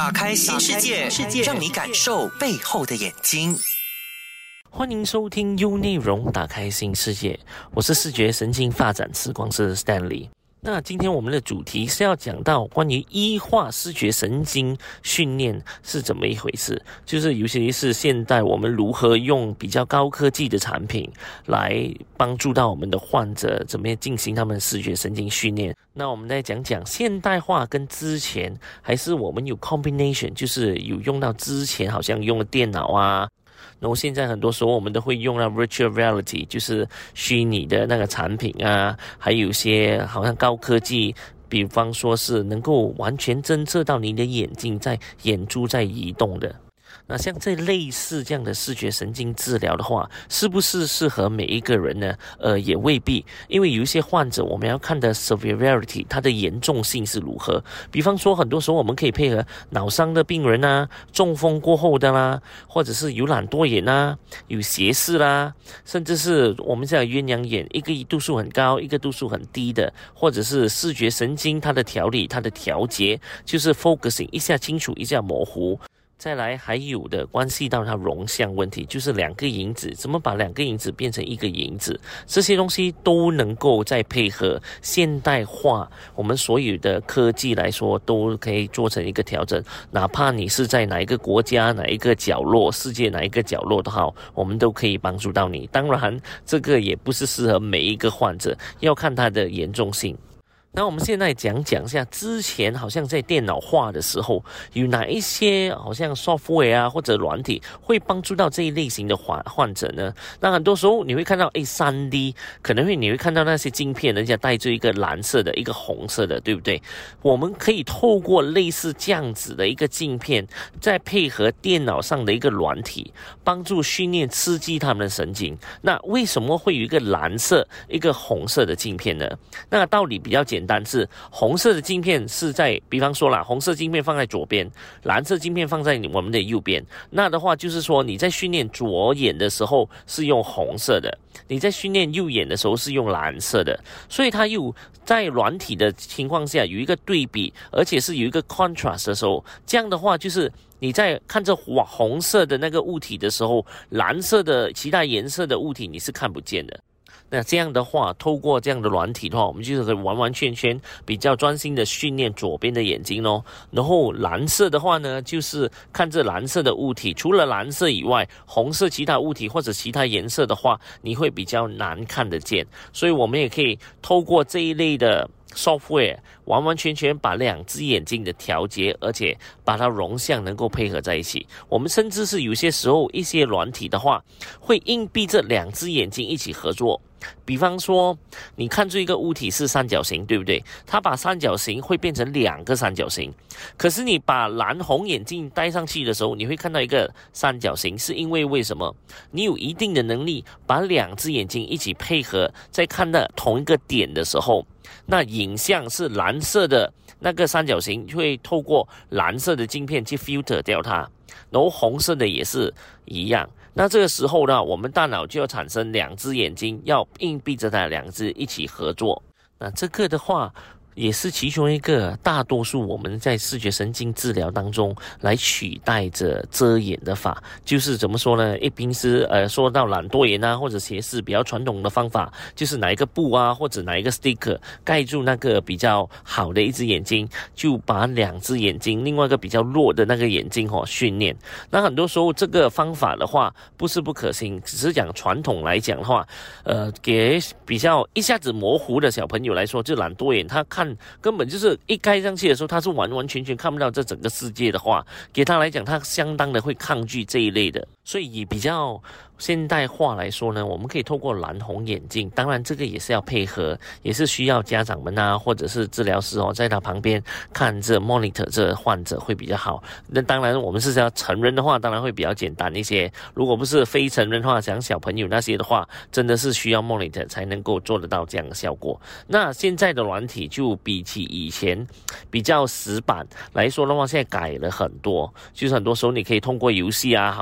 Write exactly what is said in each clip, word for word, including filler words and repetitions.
打开新世界，让你感受背后的眼睛。 欢迎收听优内容打开新世界，我是视觉神经发展视光师 Stanley。那今天我们的主题是要讲到关于医化视觉神经训练是怎么一回事，就是尤其是现代我们如何用比较高科技的产品来帮助到我们的患者怎么样进行他们视觉神经训练。那我们再讲讲现代化跟之前，还是我们有 combination， 就是有用到之前好像用了电脑啊，然后现在很多时候我们都会用到 virtual reality， 就是虚拟的那个产品啊，还有一些好像高科技，比方说是能够完全侦测到你的眼睛在眼珠在移动的。那像这类似这样的视觉神经治疗的话，是不是适合每一个人呢？呃，也未必，因为有一些患者我们要看的 severity， 它的严重性是如何。比方说，很多时候我们可以配合脑伤的病人啊，中风过后的啦，或者是有懒惰眼啊，有斜视啦，甚至是我们讲鸳鸯眼，一个度数很高，一个度数很低的，或者是视觉神经它的调理、它的调节，就是 focusing 一下清楚，一下模糊。再来还有的关系到它容像问题，就是两个影子怎么把两个影子变成一个影子，这些东西都能够再配合现代化我们所有的科技来说，都可以做成一个调整。哪怕你是在哪一个国家、哪一个角落、世界哪一个角落都好，我们都可以帮助到你。当然这个也不是适合每一个患者，要看它的严重性。那我们现在讲讲一下，之前好像在电脑化的时候，有哪一些好像 software 啊或者软体会帮助到这一类型的患患者呢？那很多时候你会看到，诶 三 D 可能会你会看到那些晶片，人家带着一个蓝色的，一个红色的，对不对？我们可以透过类似这样子的一个镜片，再配合电脑上的一个软体，帮助训练刺激他们的神经。那为什么会有一个蓝色、一个红色的镜片呢？那道理比较简单。但是红色的镜片是在，比方说啦，红色镜片放在左边，蓝色镜片放在我们的右边。那的话就是说，你在训练左眼的时候是用红色的，你在训练右眼的时候是用蓝色的。所以它又在软体的情况下有一个对比，而且是有一个 contrast 的时候，这样的话就是你在看着红色的那个物体的时候，蓝色的其他颜色的物体你是看不见的。那这样的话，透过这样的软体的话，我们就是可以完完全全比较专心的训练左边的眼睛咯。然后蓝色的话呢，就是看着蓝色的物体，除了蓝色以外，红色其他物体或者其他颜色的话，你会比较难看得见。所以我们也可以透过这一类的software 完完全全把两只眼睛的调节，而且把它容像能够配合在一起。我们甚至是有些时候一些软体的话，会硬逼着两只眼睛一起合作。比方说你看这一个物体是三角形，对不对？它把三角形会变成两个三角形，可是你把蓝红眼镜戴上去的时候，你会看到一个三角形，是因为为什么？你有一定的能力把两只眼睛一起配合，在看到同一个点的时候，那影像是蓝色的那个三角形会透过蓝色的镜片去 filter 掉它，然后红色的也是一样。那这个时候呢，我们大脑就要产生两只眼睛，要硬逼着它两只一起合作。那这个的话也是其中一个大多数我们在视觉神经治疗当中来取代着遮掩的法，就是怎么说呢？一平时呃说到懒惰眼啊或者斜视比较传统的方法，就是拿一个布啊或者拿一个 sticker 盖住那个比较好的一只眼睛，就把两只眼睛另外一个比较弱的那个眼睛哦训练。那很多时候这个方法的话不是不可行，只是讲传统来讲的话，呃给比较一下子模糊的小朋友来说，就懒惰眼，他看根本就是一盖上去的时候，他是完完全全看不到这整个世界的话，给他来讲，他相当的会抗拒这一类的。所以以比较现代化来说呢，我们可以透过蓝红眼镜，当然这个也是要配合，也是需要家长们啊或者是治疗师哦在他旁边看着 monitor 这患者会比较好。那当然我们是要成人的话，当然会比较简单一些，如果不是非成人的话，像小朋友那些的话，真的是需要 monitor 才能够做得到这样的效果。那现在的软体就比起以前比较死板来说的话，现在改了很多，就是很多时候你可以通过游戏啊，好像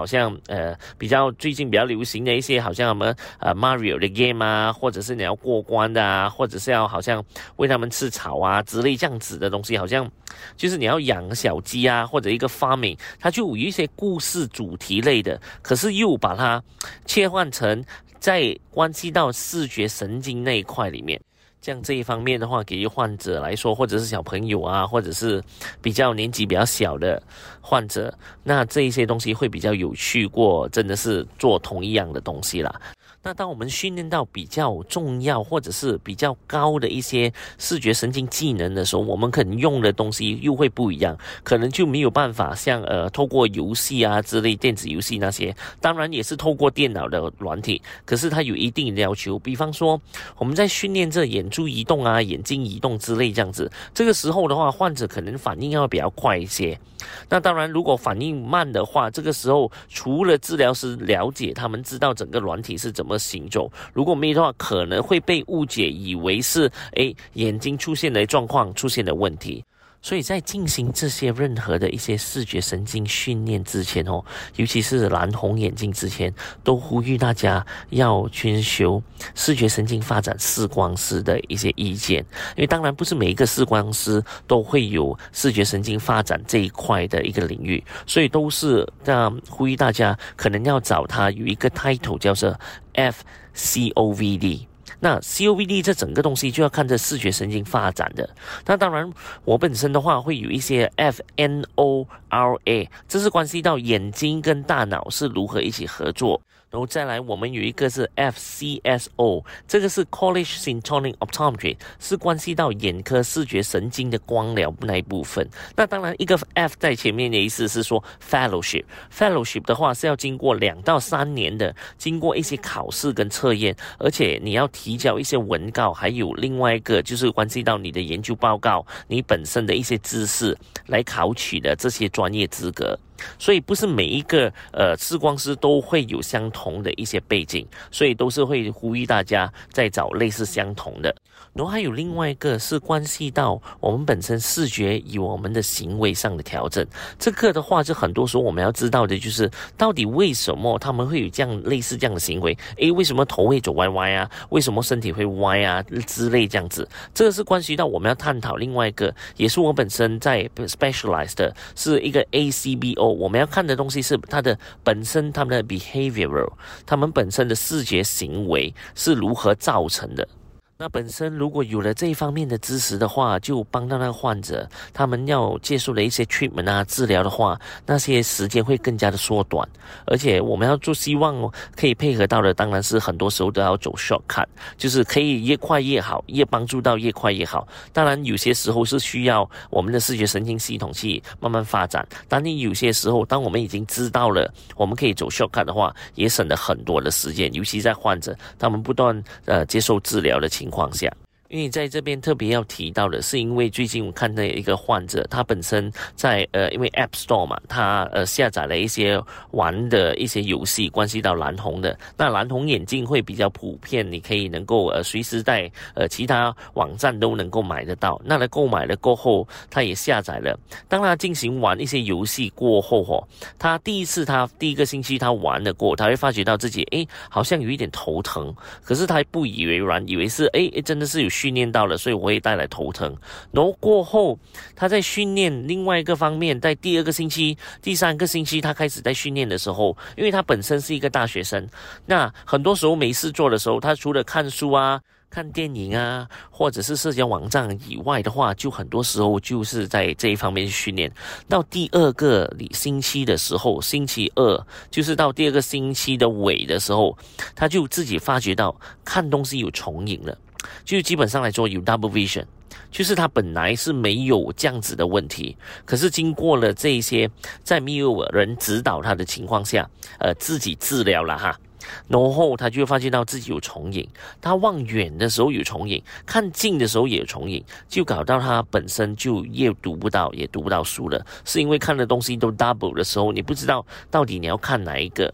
呃比较最近比较流行的一些好像什么呃 Mario 的 game 啊，或者是你要过关的啊，或者是要好像喂他们吃草啊之类这样子的东西，好像就是你要养小鸡啊，或者一个 farming， 它就有一些故事主题类的，可是又把它切换成在关系到视觉神经那一块里面。这样这一方面的话，给予患者来说，或者是小朋友啊，或者是比较年纪比较小的患者，那这一些东西会比较有趣过真的是做同一样的东西啦。那当我们训练到比较重要或者是比较高的一些视觉神经技能的时候，我们可能用的东西又会不一样，可能就没有办法像呃透过游戏啊之类电子游戏那些，当然也是透过电脑的软体，可是它有一定的要求，比方说我们在训练这眼珠移动啊、眼睛移动之类这样子，这个时候的话，患者可能反应要比较快一些。那当然如果反应慢的话，这个时候除了治疗师了解他们知道整个软体是怎么行走，如果没有的话，可能会被误解以为是诶眼睛出现的状况出现的问题。所以在进行这些任何的一些视觉神经训练之前哦，尤其是蓝红眼睛之前，都呼吁大家要遵守视觉神经发展视光师的一些意见，因为当然不是每一个视光师都会有视觉神经发展这一块的一个领域，所以都是呃呼吁大家可能要找他有一个 title 叫做 F C O V D。那 C O V D 这整个东西就要看着视觉神经发展的。那当然我本身的话会有一些 F N O R A， 这是关系到眼睛跟大脑是如何一起合作。然后再来我们有一个是 F C S O， 这个是 College Syntonic Optometry， 是关系到眼科视觉神经的光疗那一部分。那当然一个 F 在前面的意思是说 Fellowship， Fellowship 的话是要经过两到三年的，经过一些考试跟测验，而且你要提交一些文稿，还有另外一个就是关系到你的研究报告，你本身的一些知识来考取的这些专业资格。所以不是每一个呃视光师都会有相同的一些背景，所以都是会呼吁大家再找类似相同的。然后还有另外一个是关系到我们本身视觉与我们的行为上的调整，这个的话就很多时候我们要知道的就是到底为什么他们会有这样类似这样的行为，诶，为什么头会走歪歪啊，为什么身体会歪啊之类这样子，这个是关系到我们要探讨另外一个，也是我本身在 specialize 的是一个 A C B O， 我们要看的东西是它的本身他们的 behavioral， 他们本身的视觉行为是如何造成的。那本身如果有了这一方面的知识的话，就帮到那个患者，他们要接受的一些 treatment 啊治疗的话，那些时间会更加的缩短。而且我们要做希望可以配合到的，当然是很多时候都要走 shortcut， 就是可以越快越好，越帮助到越快越好。当然有些时候是需要我们的视觉神经系统去慢慢发展，但你有些时候当我们已经知道了我们可以走 shortcut 的话，也省了很多的时间，尤其在患者他们不断呃接受治疗的情况况下。因为在这边特别要提到的是，因为最近我看到一个患者，他本身在呃，因为 App Store 嘛，他呃下载了一些玩的一些游戏，关系到蓝红的。那蓝红眼镜会比较普遍，你可以能够呃随时在呃其他网站都能够买得到。那他购买了过后，他也下载了。当他进行玩一些游戏过后哦，他第一次他第一个星期他玩了过后，他会发觉到自己诶好像有一点头疼，可是他还不以为然，以为是诶诶真的是有训练到了，所以我会带来头疼。然后过后他在训练另外一个方面，在第二个星期第三个星期他开始在训练的时候，因为他本身是一个大学生，那很多时候没事做的时候，他除了看书啊看电影啊或者是社交网站以外的话，就很多时候就是在这一方面训练。到第二个星期的时候，星期二就是到第二个星期的尾的时候，他就自己发觉到看东西有重影了，就基本上来说有 double vision， 就是他本来是没有这样子的问题，可是经过了这一些在没有人指导他的情况下呃，自己治疗了哈，然后他就会发现到自己有重影，他望远的时候有重影，看近的时候也有重影，就搞到他本身就也读不到也读不到书了，是因为看的东西都 double 的时候，你不知道到底你要看哪一个。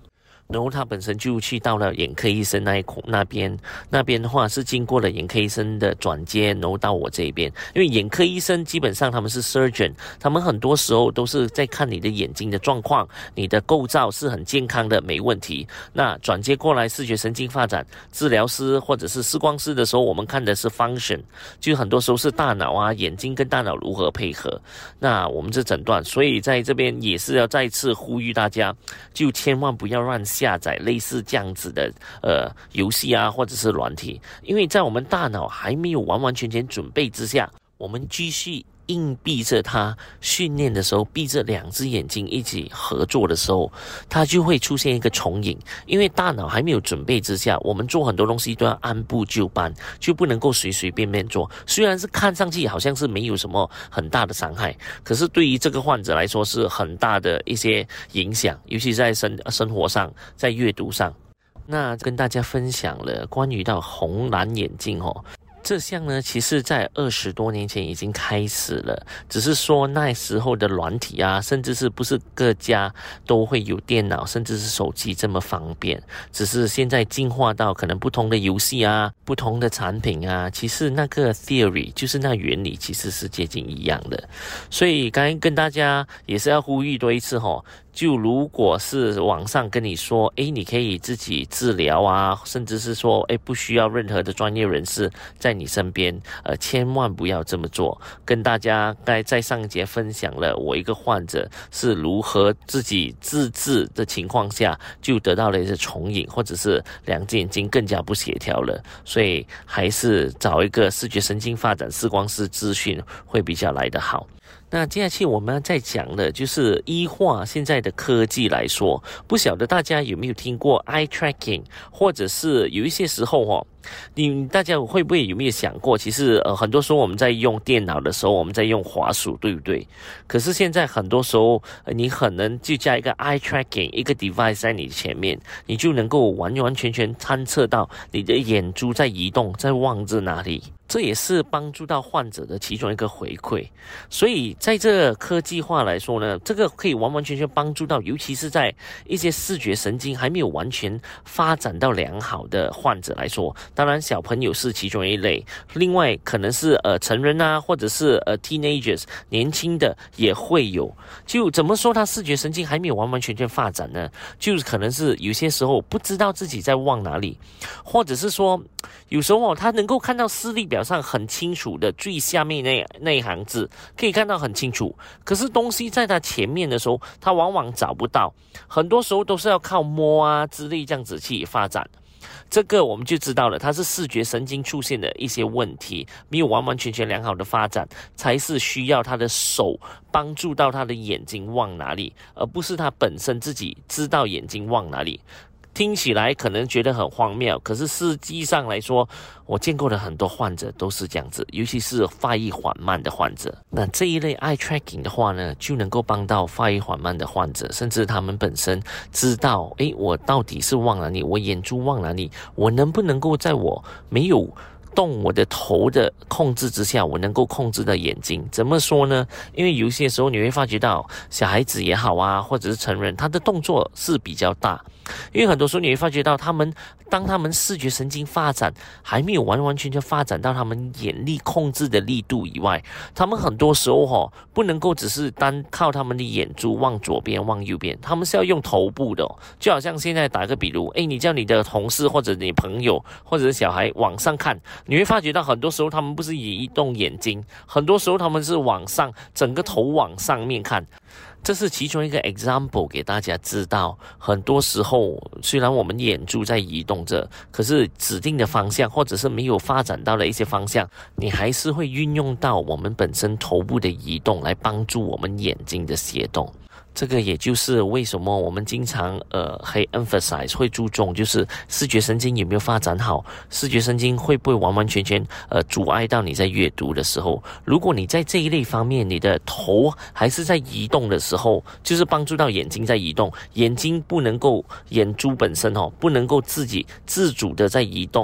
然后他本身就去到了眼科医生那一那边，那边的话是经过了眼科医生的转接，然后到我这边。因为眼科医生基本上他们是 surgeon， 他们很多时候都是在看你的眼睛的状况，你的构造是很健康的，没问题。那转接过来视觉神经发展治疗师或者是视光师的时候，我们看的是 function， 就很多时候是大脑啊，眼睛跟大脑如何配合。那我们这诊断，所以在这边也是要再次呼吁大家，就千万不要乱下载类似这样子的呃游戏啊，或者是软体，因为在我们大脑还没有完完全全准备之下，我们继续硬逼着它训练的时候，闭着两只眼睛一起合作的时候，它就会出现一个重影。因为大脑还没有准备之下，我们做很多东西都要按部就班，就不能够随随便便做。虽然是看上去好像是没有什么很大的伤害，可是对于这个患者来说是很大的一些影响，尤其在生生活上，在阅读上。那跟大家分享了关于到红蓝眼镜哦。这项呢，其实在二十多年前已经开始了，只是说那时候的软体啊，甚至是不是各家都会有电脑，甚至是手机这么方便。只是现在进化到可能不同的游戏啊，不同的产品啊，其实那个 theory 就是那原理其实是接近一样的。所以刚才跟大家也是要呼吁多一次齁，就如果是网上跟你说，诶，你可以自己治疗啊，甚至是说，诶，不需要任何的专业人士在你身边，呃，千万不要这么做。跟大家该在上一节分享了我一个患者是如何自己自治的情况下就得到了一些重影，或者是两只眼睛更加不协调了，所以还是找一个视觉神经发展视光师咨询会比较来得好。那接下去我们要再讲的就是医化现在的科技来说，不晓得大家有没有听过 eye tracking， 或者是有一些时候哦，你大家会不会有没有想过，其实呃很多时候我们在用电脑的时候，我们在用滑鼠，对不对？可是现在很多时候，呃、你可能就加一个 eye tracking 一个 device 在你前面，你就能够完完全全探测到你的眼珠在移动，在望着哪里。这也是帮助到患者的其中一个回馈。所以在这科技化来说呢，这个可以完完全全帮助到，尤其是在一些视觉神经还没有完全发展到良好的患者来说，当然小朋友是其中一类，另外可能是呃成人啊，或者是呃 teenagers 年轻的也会有。就怎么说他视觉神经还没有完完全全发展呢？就可能是有些时候不知道自己在望哪里，或者是说有时候哦，他能够看到视力表上很清楚的最下面那那一行字，可以看到很清楚，可是东西在他前面的时候，他往往找不到，很多时候都是要靠摸啊之类这样子去发展。这个我们就知道了，它是视觉神经出现的一些问题，没有完完全全良好的发展，才是需要他的手帮助到他的眼睛望哪里，而不是他本身自己知道眼睛望哪里。听起来可能觉得很荒谬，可是实际上来说，我见过的很多患者都是这样子，尤其是发育缓慢的患者。那这一类 eye tracking 的话呢，就能够帮到发育缓慢的患者，甚至他们本身知道，诶，我到底是望哪里，我眼珠望哪里，我能不能够在我没有动我的头的控制之下，我能够控制的眼睛。怎么说呢？因为有些时候你会发觉到小孩子也好啊，或者是成人，他的动作是比较大，因为很多时候你会发觉到他们当他们视觉神经发展还没有完完全全发展到他们眼力控制的力度以外，他们很多时候哦，不能够只是单靠他们的眼珠望左边望右边，他们是要用头部的哦。就好像现在打个比如，诶，你叫你的同事或者你朋友或者是小孩往上看，你会发觉到很多时候他们不是移动眼睛，很多时候他们是往上，整个头往上面看。这是其中一个 example 给大家知道，很多时候虽然我们眼珠在移动着，可是指定的方向或者是没有发展到的一些方向，你还是会运用到我们本身头部的移动来帮助我们眼睛的协动。这个也就是为什么我们经常呃会 emphasize 会注重，就是视觉神经有没有发展好，视觉神经会不会完完全全呃阻碍到你在阅读的时候。如果你在这一类方面你的头还是在移动的时候，就是帮助到眼睛在移动，眼睛不能够眼珠本身哦不能够自己自主的在移动，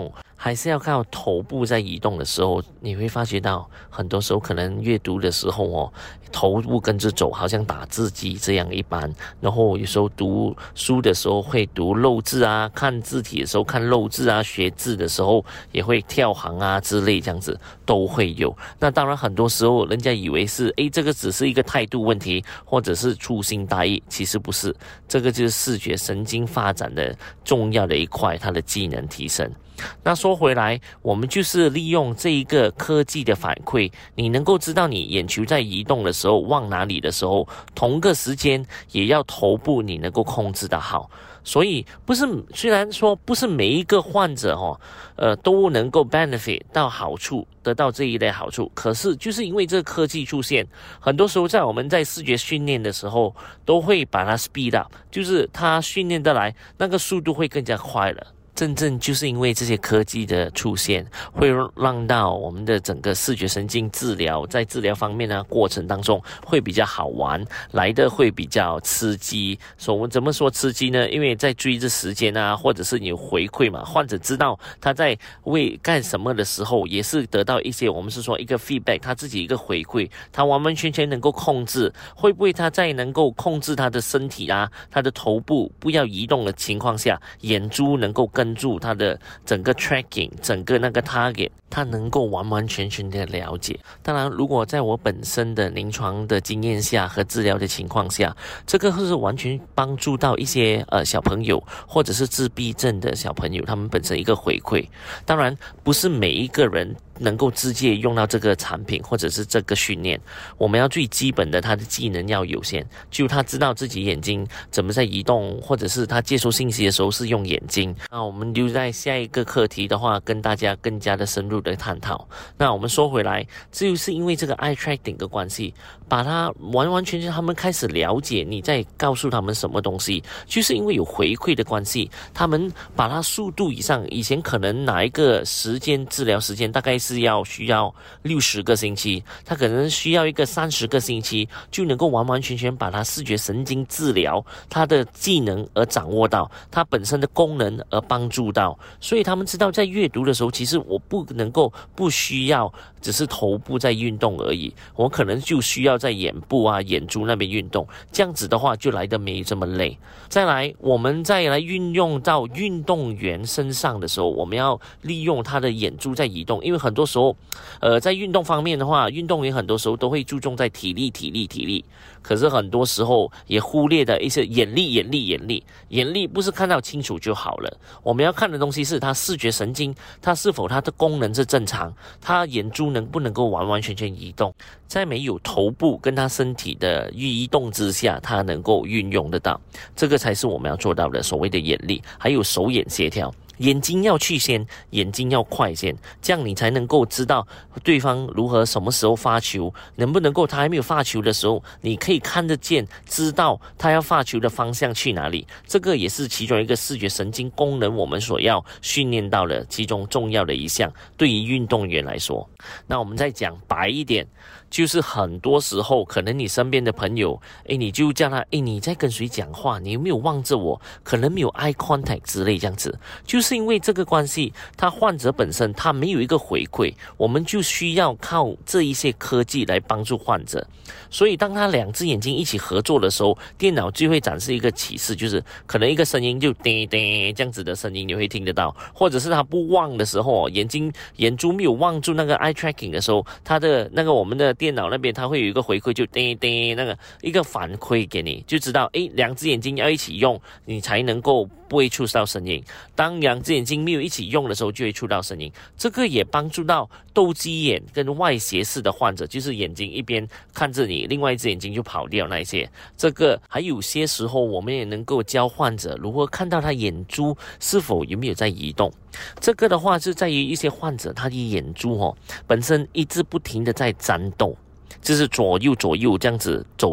还是要靠头部在移动的时候，你会发觉到很多时候可能阅读的时候哦，头部跟着走，好像打字机这样一般。然后有时候读书的时候会读漏字啊，看字体的时候看漏字啊，学字的时候也会跳行啊之类，这样子都会有。那当然很多时候人家以为是诶这个只是一个态度问题，或者是粗心大意，其实不是，这个就是视觉神经发展的重要的一块，它的技能提升。那说回来，我们就是利用这一个科技的反馈，你能够知道你眼球在移动的时候往哪里的时候，同个时间也要头部你能够控制得好。所以不是，虽然说不是每一个患者哦，呃都能够 benefit 到好处，得到这一类好处，可是就是因为这个科技出现，很多时候在我们在视觉训练的时候，都会把它 speed up， 就是它训练得来，那个速度会更加快了。真正就是因为这些科技的出现，会让到我们的整个视觉神经治疗在治疗方面呢过程当中会比较好玩，来的会比较刺激。所以我们怎么说刺激呢？因为在追着时间啊，或者是你有回馈嘛，患者知道他在为干什么的时候，也是得到一些我们是说一个 feedback， 他自己一个回馈，他完完全全能够控制，会不会他在能够控制他的身体啊，他的头部不要移动的情况下，眼珠能够跟住他的整个 tracking， 整个那个 target， 他能够完完全全的了解。当然如果在我本身的临床的经验下和治疗的情况下，这个是完全帮助到一些呃小朋友或者是自闭症的小朋友，他们本身一个回馈。当然不是每一个人能够直接用到这个产品或者是这个训练，我们要最基本的他的技能要有限，就他知道自己眼睛怎么在移动，或者是他接收信息的时候是用眼睛。那我们留在下一个课题的话，跟大家更加的深入的探讨。那我们说回来，这就是因为这个 eye tracking 的关系，把它完完全全他们开始了解你在告诉他们什么东西，就是因为有回馈的关系，他们把它速度以上，以前可能哪一个时间治疗时间大概是要需要六十个星期，他可能需要一个三十个星期就能够完完全全把他视觉神经治疗他的技能而掌握到，他本身的功能而帮助到。所以他们知道在阅读的时候，其实我不能够不需要只是头部在运动而已，我可能就需要在眼部啊眼珠那边运动，这样子的话就来得没这么累。再来我们再来运用到运动员身上的时候，我们要利用他的眼珠在移动。因为很多时候呃，在运动方面的话，运动员很多时候都会注重在体力体力体力，可是很多时候也忽略的一些眼力眼力眼力眼力不是看到清楚就好了，我们要看的东西是他视觉神经，他是否他的功能是正常，他眼珠能不能够完完全全移动，在没有头部跟他身体的移动之下，他能够运用得到，这个才是我们要做到的所谓的眼力，还有手眼协调。眼睛要去先，眼睛要快先，这样你才能够知道对方如何什么时候发球，能不能够他还没有发球的时候，你可以看得见，知道他要发球的方向去哪里。这个也是其中一个视觉神经功能我们所要训练到的其中重要的一项，对于运动员来说。那我们再讲白一点，就是很多时候可能你身边的朋友，诶，你就叫他，诶，你在跟谁讲话，你有没有望着我，可能没有 eye contact 之类这样子，就是因为这个关系，他患者本身他没有一个回馈，我们就需要靠这一些科技来帮助患者。所以当他两只眼睛一起合作的时候，电脑就会展示一个启示，就是可能一个声音就叮叮这样子的声音你会听得到，或者是他不望的时候，眼睛眼珠没有望住那个 eye tracking 的时候，他的那个我们的电脑那边它会有一个回馈，就叮叮那个一个反馈给你，就知道诶，两只眼睛要一起用，你才能够不会出到声音。当两只眼睛没有一起用的时候，就会出到声音。这个也帮助到斗鸡眼跟外斜视的患者，就是眼睛一边看着你，另外一只眼睛就跑掉那些。这个还有些时候我们也能够教患者如何看到他眼珠是否有没有在移动。这个的话是在于一些患者他的眼珠哦本身一直不停的在颤动，就是左右左右这样子走动，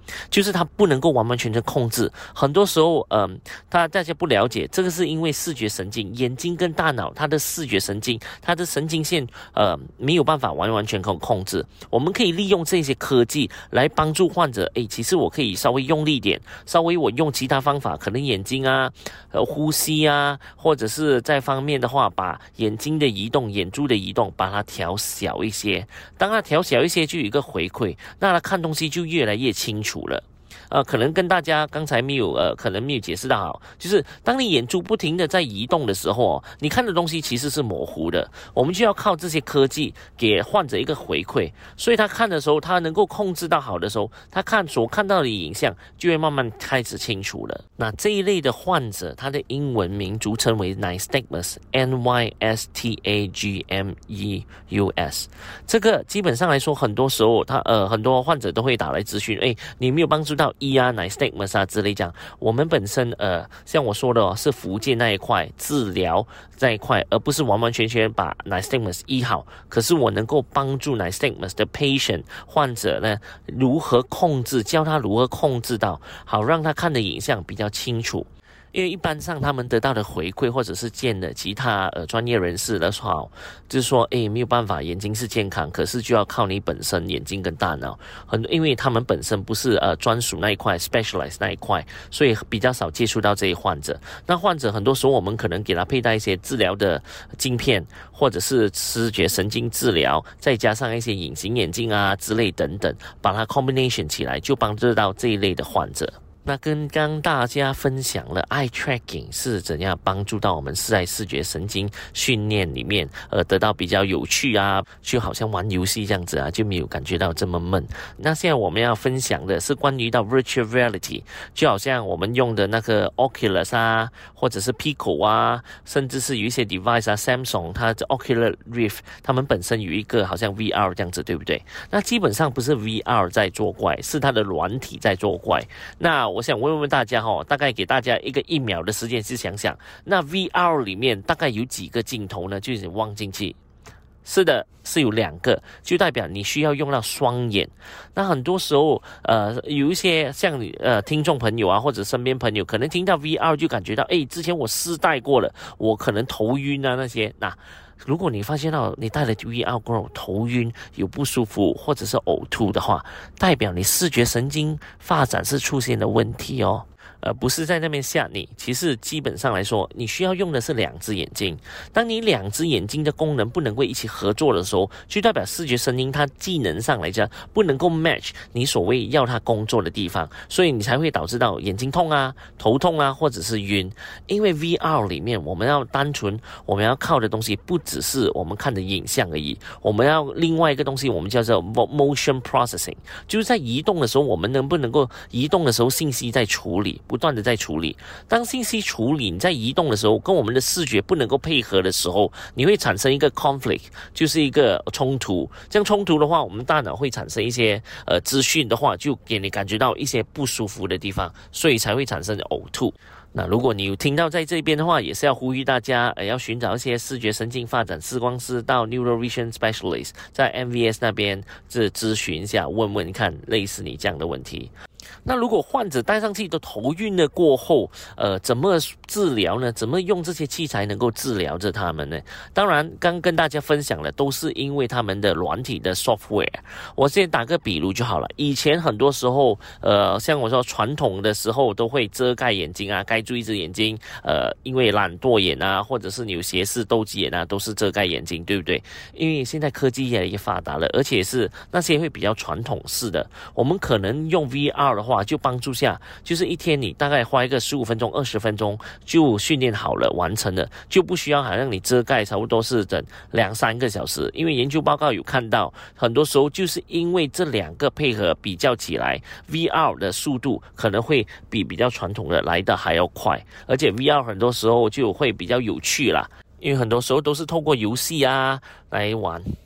就是它不能够完完全全控制。很多时候，嗯、呃，大大家不了解，这个是因为视觉神经，眼睛跟大脑它的视觉神经，它的神经线，呃，没有办法完完全全控制。我们可以利用这些科技来帮助患者，诶，其实我可以稍微用力一点，稍微我用其他方法，可能眼睛啊、呃、呼吸啊，或者是在方面的话，把眼睛的移动、眼珠的移动，把它调小一些。当它调小一些，就有一个回馈，那它看东西就越来越清楚了。呃，可能跟大家刚才没有呃，可能没有解释到好，就是当你眼珠不停的在移动的时候，你看的东西其实是模糊的。我们就要靠这些科技给患者一个回馈，所以他看的时候，他能够控制到好的时候，他看所看到的影像就会慢慢开始清楚了。那这一类的患者，他的英文名俗称为 nystagmus，N Y S T A G M E U S。这个基本上来说，很多时候他呃很多患者都会打来咨询，哎，你没有帮助到医啊、nystagmus 啊之类这样。我们本身呃，像我说的哦，是福建那一块治疗那一块，而不是完完全全把 nystagmus 医好。可是我能够帮助 nystagmus 的 patient 患者呢，如何控制，教他如何控制到，好让他看的影像比较清楚。因为一般上他们得到的回馈，或者是见的其他呃专业人士的话，就是说，诶，没有办法，眼睛是健康，可是就要靠你本身眼睛跟大脑。很多因为他们本身不是呃专属那一块 specialize 那一块，所以比较少接触到这些患者。那患者很多时候我们可能给他佩戴一些治疗的镜片，或者是视觉神经治疗，再加上一些隐形眼镜啊之类等等，把它 combination 起来，就帮助到这一类的患者。那跟刚大家分享了 eye tracking 是怎样帮助到我们在视觉神经训练里面呃得到比较有趣啊，就好像玩游戏这样子啊，就没有感觉到这么闷。那现在我们要分享的是关于到 virtual reality， 就好像我们用的那个 Oculus 啊，或者是 Pico 啊，甚至是有一些 device 啊 Samsung 它的 Oculus Rift， 它们本身有一个好像 V R 这样子，对不对？那基本上不是 V R 在作怪，是它的软体在作怪。那我想问问大家齁，大概给大家一个一秒的时间去想想，那 V R 里面大概有几个镜头呢？就是望进去。是的，是有两个，就代表你需要用到双眼。那很多时候，呃，有一些像呃听众朋友啊，或者身边朋友，可能听到 V R 就感觉到，诶，之前我试戴过了，我可能头晕啊那些。那如果你发现到你戴了 V R 过后头晕、有不舒服或者是呕吐的话，代表你视觉神经发展是出现了问题哦。呃，不是在那边吓你，其实基本上来说，你需要用的是两只眼睛。当你两只眼睛的功能不能够一起合作的时候，就代表视觉神经它技能上来讲不能够 match 你所谓要它工作的地方，所以你才会导致到眼睛痛啊、头痛啊，或者是晕。因为 V R 里面我们要单纯，我们要靠的东西不只是我们看的影像而已，我们要另外一个东西，我们叫做 motion processing， 就是在移动的时候，我们能不能够移动的时候信息在处理。不断的在处理，当信息处理你在移动的时候，跟我们的视觉不能够配合的时候，你会产生一个 conflict， 就是一个冲突。这样冲突的话，我们大脑会产生一些呃资讯的话，就给你感觉到一些不舒服的地方，所以才会产生呕吐。那如果你有听到在这边的话，也是要呼吁大家，呃，要寻找一些视觉神经发展视光师到 Neurovision Specialist 在 M V S 那边这咨询一下，问问看类似你这样的问题。那如果患者戴上去都头晕了过后，呃，怎么治疗呢？怎么用这些器材能够治疗着他们呢？当然，刚跟大家分享的都是因为他们的软体的 software。我先打个比如就好了。以前很多时候，呃，像我说传统的时候都会遮盖眼睛啊，盖住一只眼睛，呃，因为懒惰眼啊，或者是你有斜视、斗鸡眼啊，都是遮盖眼睛，对不对？因为现在科技越来越发达了，而且是那些会比较传统式的，我们可能用 V R的话，就帮助下，就是一天你大概花一个十五分钟、二十分钟就训练好了、完成了，就不需要好像你遮盖差不多是整两三个小时。因为研究报告有看到，很多时候就是因为这两个配合比较起来 ，V R 的速度可能会比比较传统的来的还要快，而且 V R 很多时候就会比较有趣啦，因为很多时候都是透过游戏啊来玩。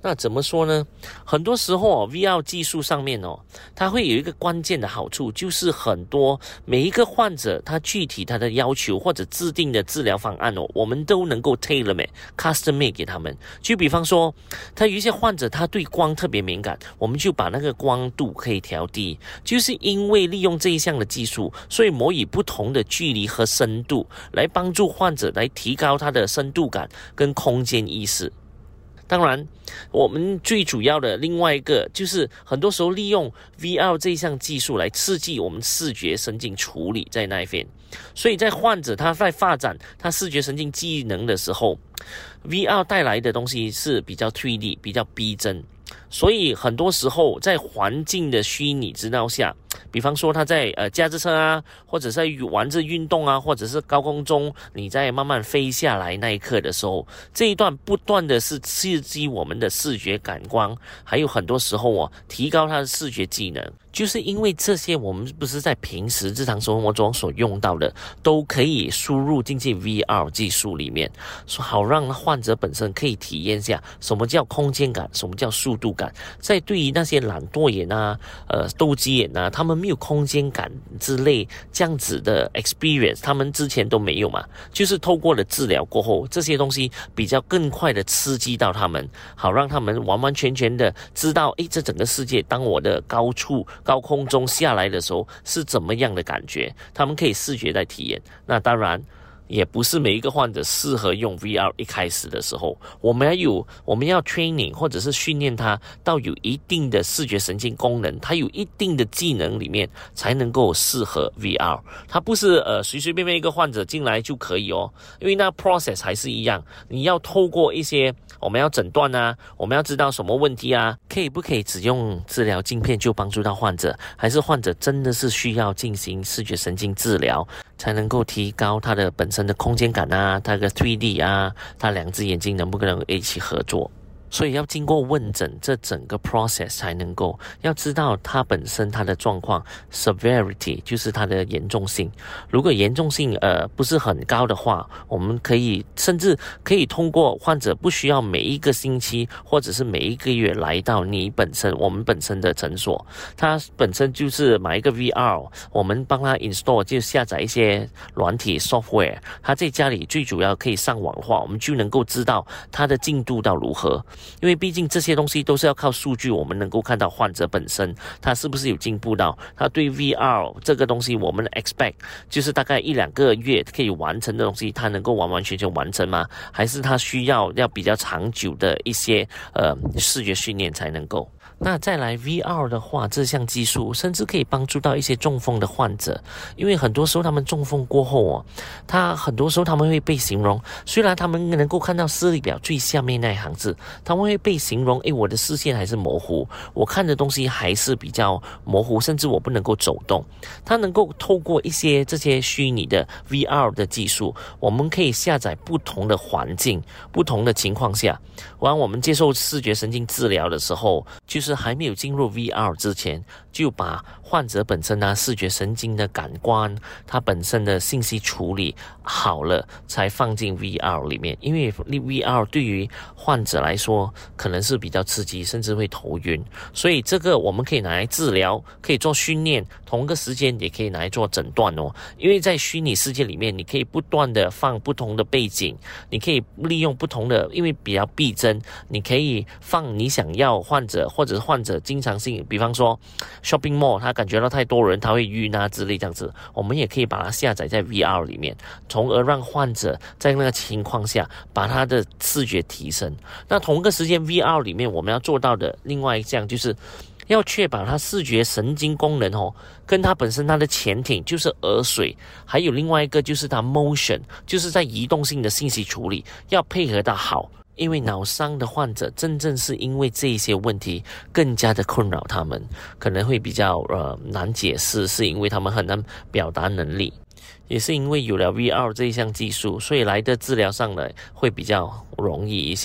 那怎么说呢？很多时候哦 V R 技术上面哦，它会有一个关键的好处，就是很多每一个患者他具体他的要求或者制定的治疗方案哦，我们都能够 tailor made custom made 给他们。就比方说，他有一些患者他对光特别敏感，我们就把那个光度可以调低，就是因为利用这一项的技术，所以模拟不同的距离和深度，来帮助患者来提高他的深度感跟空间意识。当然，我们最主要的另外一个就是很多时候利用 V R 这一项技术来刺激我们视觉神经处理在那一边，所以在患者他在发展他视觉神经技能的时候， V R 带来的东西是比较 三 D 比较逼真，所以很多时候在环境的虚拟指导下，比方说他在呃驾着车啊，或者在玩着运动啊，或者是高空中你在慢慢飞下来那一刻的时候，这一段不断的是刺激我们的视觉感官，还有很多时候哦提高他的视觉技能。就是因为这些我们不是在平时日常生活中所用到的，都可以输入进去 V R 技术里面，好让患者本身可以体验一下什么叫空间感，什么叫速度感。在对于那些懒惰眼啊、呃斗鸡眼啊，他们没有空间感之类这样子的 experience， 他们之前都没有嘛。就是透过了治疗过后，这些东西比较更快的刺激到他们，好让他们完完全全的知道，诶，这整个世界当我的高处高空中下来的时候是怎么样的感觉，他们可以视觉在体验。那当然也不是每一个患者适合用 V R， 一开始的时候我们要有我们要 training 或者是训练他到有一定的视觉神经功能，他有一定的技能里面才能够适合 V R。 他不是呃随随便便一个患者进来就可以哦，因为那 process 还是一样，你要透过一些我们要诊断啊，我们要知道什么问题啊，可以不可以只用治疗镜片就帮助到患者，还是患者真的是需要进行视觉神经治疗才能够提高他的本身的空间感啊，他的 三 D 啊，他两只眼睛能不能一起合作。所以要经过问诊这整个 process 才能够要知道他本身他的状况 severity 就是他的严重性。如果严重性呃不是很高的话，我们可以甚至可以通过患者不需要每一个星期或者是每一个月来到你本身我们本身的诊所，他本身就是买一个 V R， 我们帮他 install 就下载一些软体 software， 他在家里最主要可以上网的话，我们就能够知道他的进度到如何。因为毕竟这些东西都是要靠数据，我们能够看到患者本身他是不是有进步到，他对 V R 这个东西我们 expect 就是大概一两个月可以完成的东西，他能够完完全全完成吗？还是他需要要比较长久的一些呃视觉训练才能够？那再来 V R 的话，这项技术甚至可以帮助到一些中风的患者，因为很多时候他们中风过后哦，他很多时候他们会被形容，虽然他们能够看到视力表最下面那一行字，他们会被形容，诶，我的视线还是模糊，我看的东西还是比较模糊，甚至我不能够走动。他能够透过一些这些虚拟的 V R 的技术，我们可以下载不同的环境，不同的情况下，当我们接受视觉神经治疗的时候，就是还没有进入 V R 之前，就把患者本身啊视觉神经的感官，它本身的信息处理好了，才放进 V R 里面。因为 V R 对于患者来说可能是比较刺激，甚至会头晕，所以这个我们可以拿来治疗，可以做训练，同个时间也可以拿来做诊断哦。因为在虚拟世界里面，你可以不断的放不同的背景，你可以利用不同的，因为比较逼真，你可以放你想要患者或者是患者经常性，比方说 shopping mall 他感觉到太多人他会晕啊之类这样子，我们也可以把它下载在 V R 里面，从而让患者在那个情况下把他的视觉提升。那同一个时间 V R 里面我们要做到的另外一项就是要确保他视觉神经功能哦，跟他本身他的前庭就是耳水，还有另外一个就是他 motion， 就是在移动性的信息处理要配合到好。因为脑伤的患者真正是因为这一些问题更加的困扰他们，可能会比较呃难解释，是因为他们很难表达能力，也是因为有了 V R 这一项技术，所以来的治疗上呢会比较容易一些。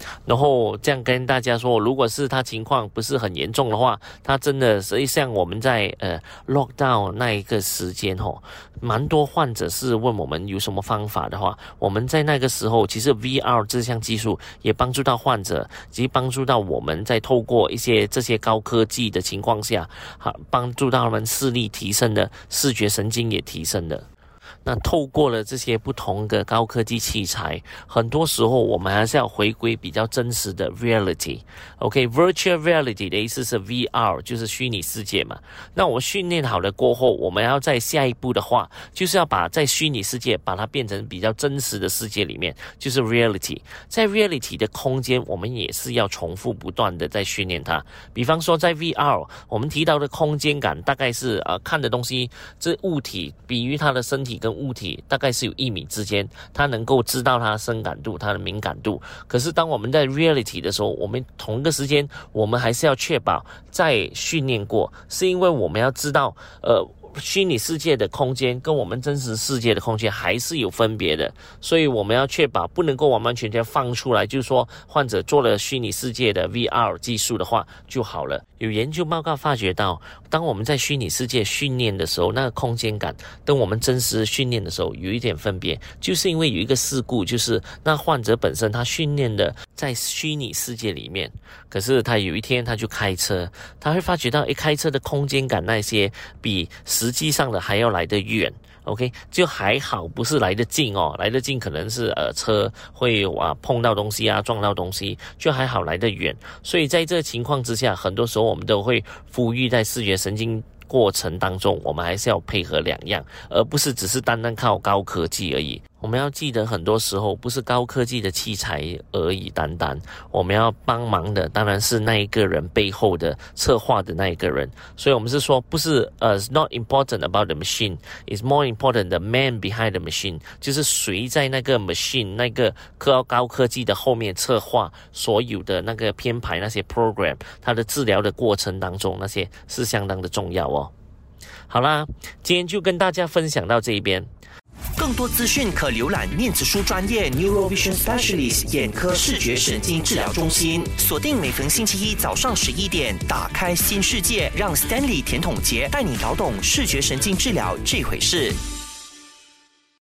然后这样跟大家说，如果是他情况不是很严重的话，他真的实际上我们在呃 lockdown 那一个时间吼，蛮多患者是问我们有什么方法的话，我们在那个时候其实 V R 这项技术也帮助到患者，及帮助到我们在透过一些这些高科技的情况下，好帮助到他们视力提升的，视觉神经也提升的。那透过了这些不同的高科技器材，很多时候我们还是要回归比较真实的 reality。OK，virtual reality 的意思是 V R， 就是虚拟世界嘛。那我们训练好了过后，我们要在下一步的话，就是要把在虚拟世界把它变成比较真实的世界里面，就是 reality。在 reality 的空间，我们也是要重复不断的在训练它。比方说在 V R， 我们提到的空间感大概是呃看的东西，这物体，比喻它的身体跟物体大概是有一米之间，它能够知道它的深感度，它的敏感度。可是当我们在 reality 的时候，我们同一个时间，我们还是要确保在训练过，是因为我们要知道，呃。虚拟世界的空间跟我们真实世界的空间还是有分别的，所以我们要确保不能够完完全全放出来，就是说患者做了虚拟世界的 V R 技术的话就好了。有研究报告发觉到，当我们在虚拟世界训练的时候，那个空间感跟我们真实训练的时候有一点分别，就是因为有一个事故，就是那患者本身他训练的在虚拟世界里面，可是他有一天他就开车，他会发觉到一开车的空间感那些比实际上的还要来得远。OK， 就还好不是来得近哦，来得近可能是呃车会啊碰到东西啊撞到东西，就还好来得远。所以在这个情况之下，很多时候我们都会呼吁在视觉神经过程当中，我们还是要配合两样，而不是只是单单靠高科技而已。我们要记得，很多时候不是高科技的器材而已，单单我们要帮忙的当然是那一个人背后的策划的那一个人。所以我们是说，不是呃、uh, ，not important about the machine, it's more important the man behind the machine， 就是谁在那个 machine 那个高高科技的后面策划所有的那个编排那些 program， 它的治疗的过程当中，那些是相当的重要哦。好啦，今天就跟大家分享到这一边。 更多资讯可浏览面子书专业 Neurovision Specialist 眼科视觉神经治疗中心，锁定每逢星期一早上十一点，打开新世界，让 Stanley 甜筒杰带你搞懂视觉神经治疗这回事。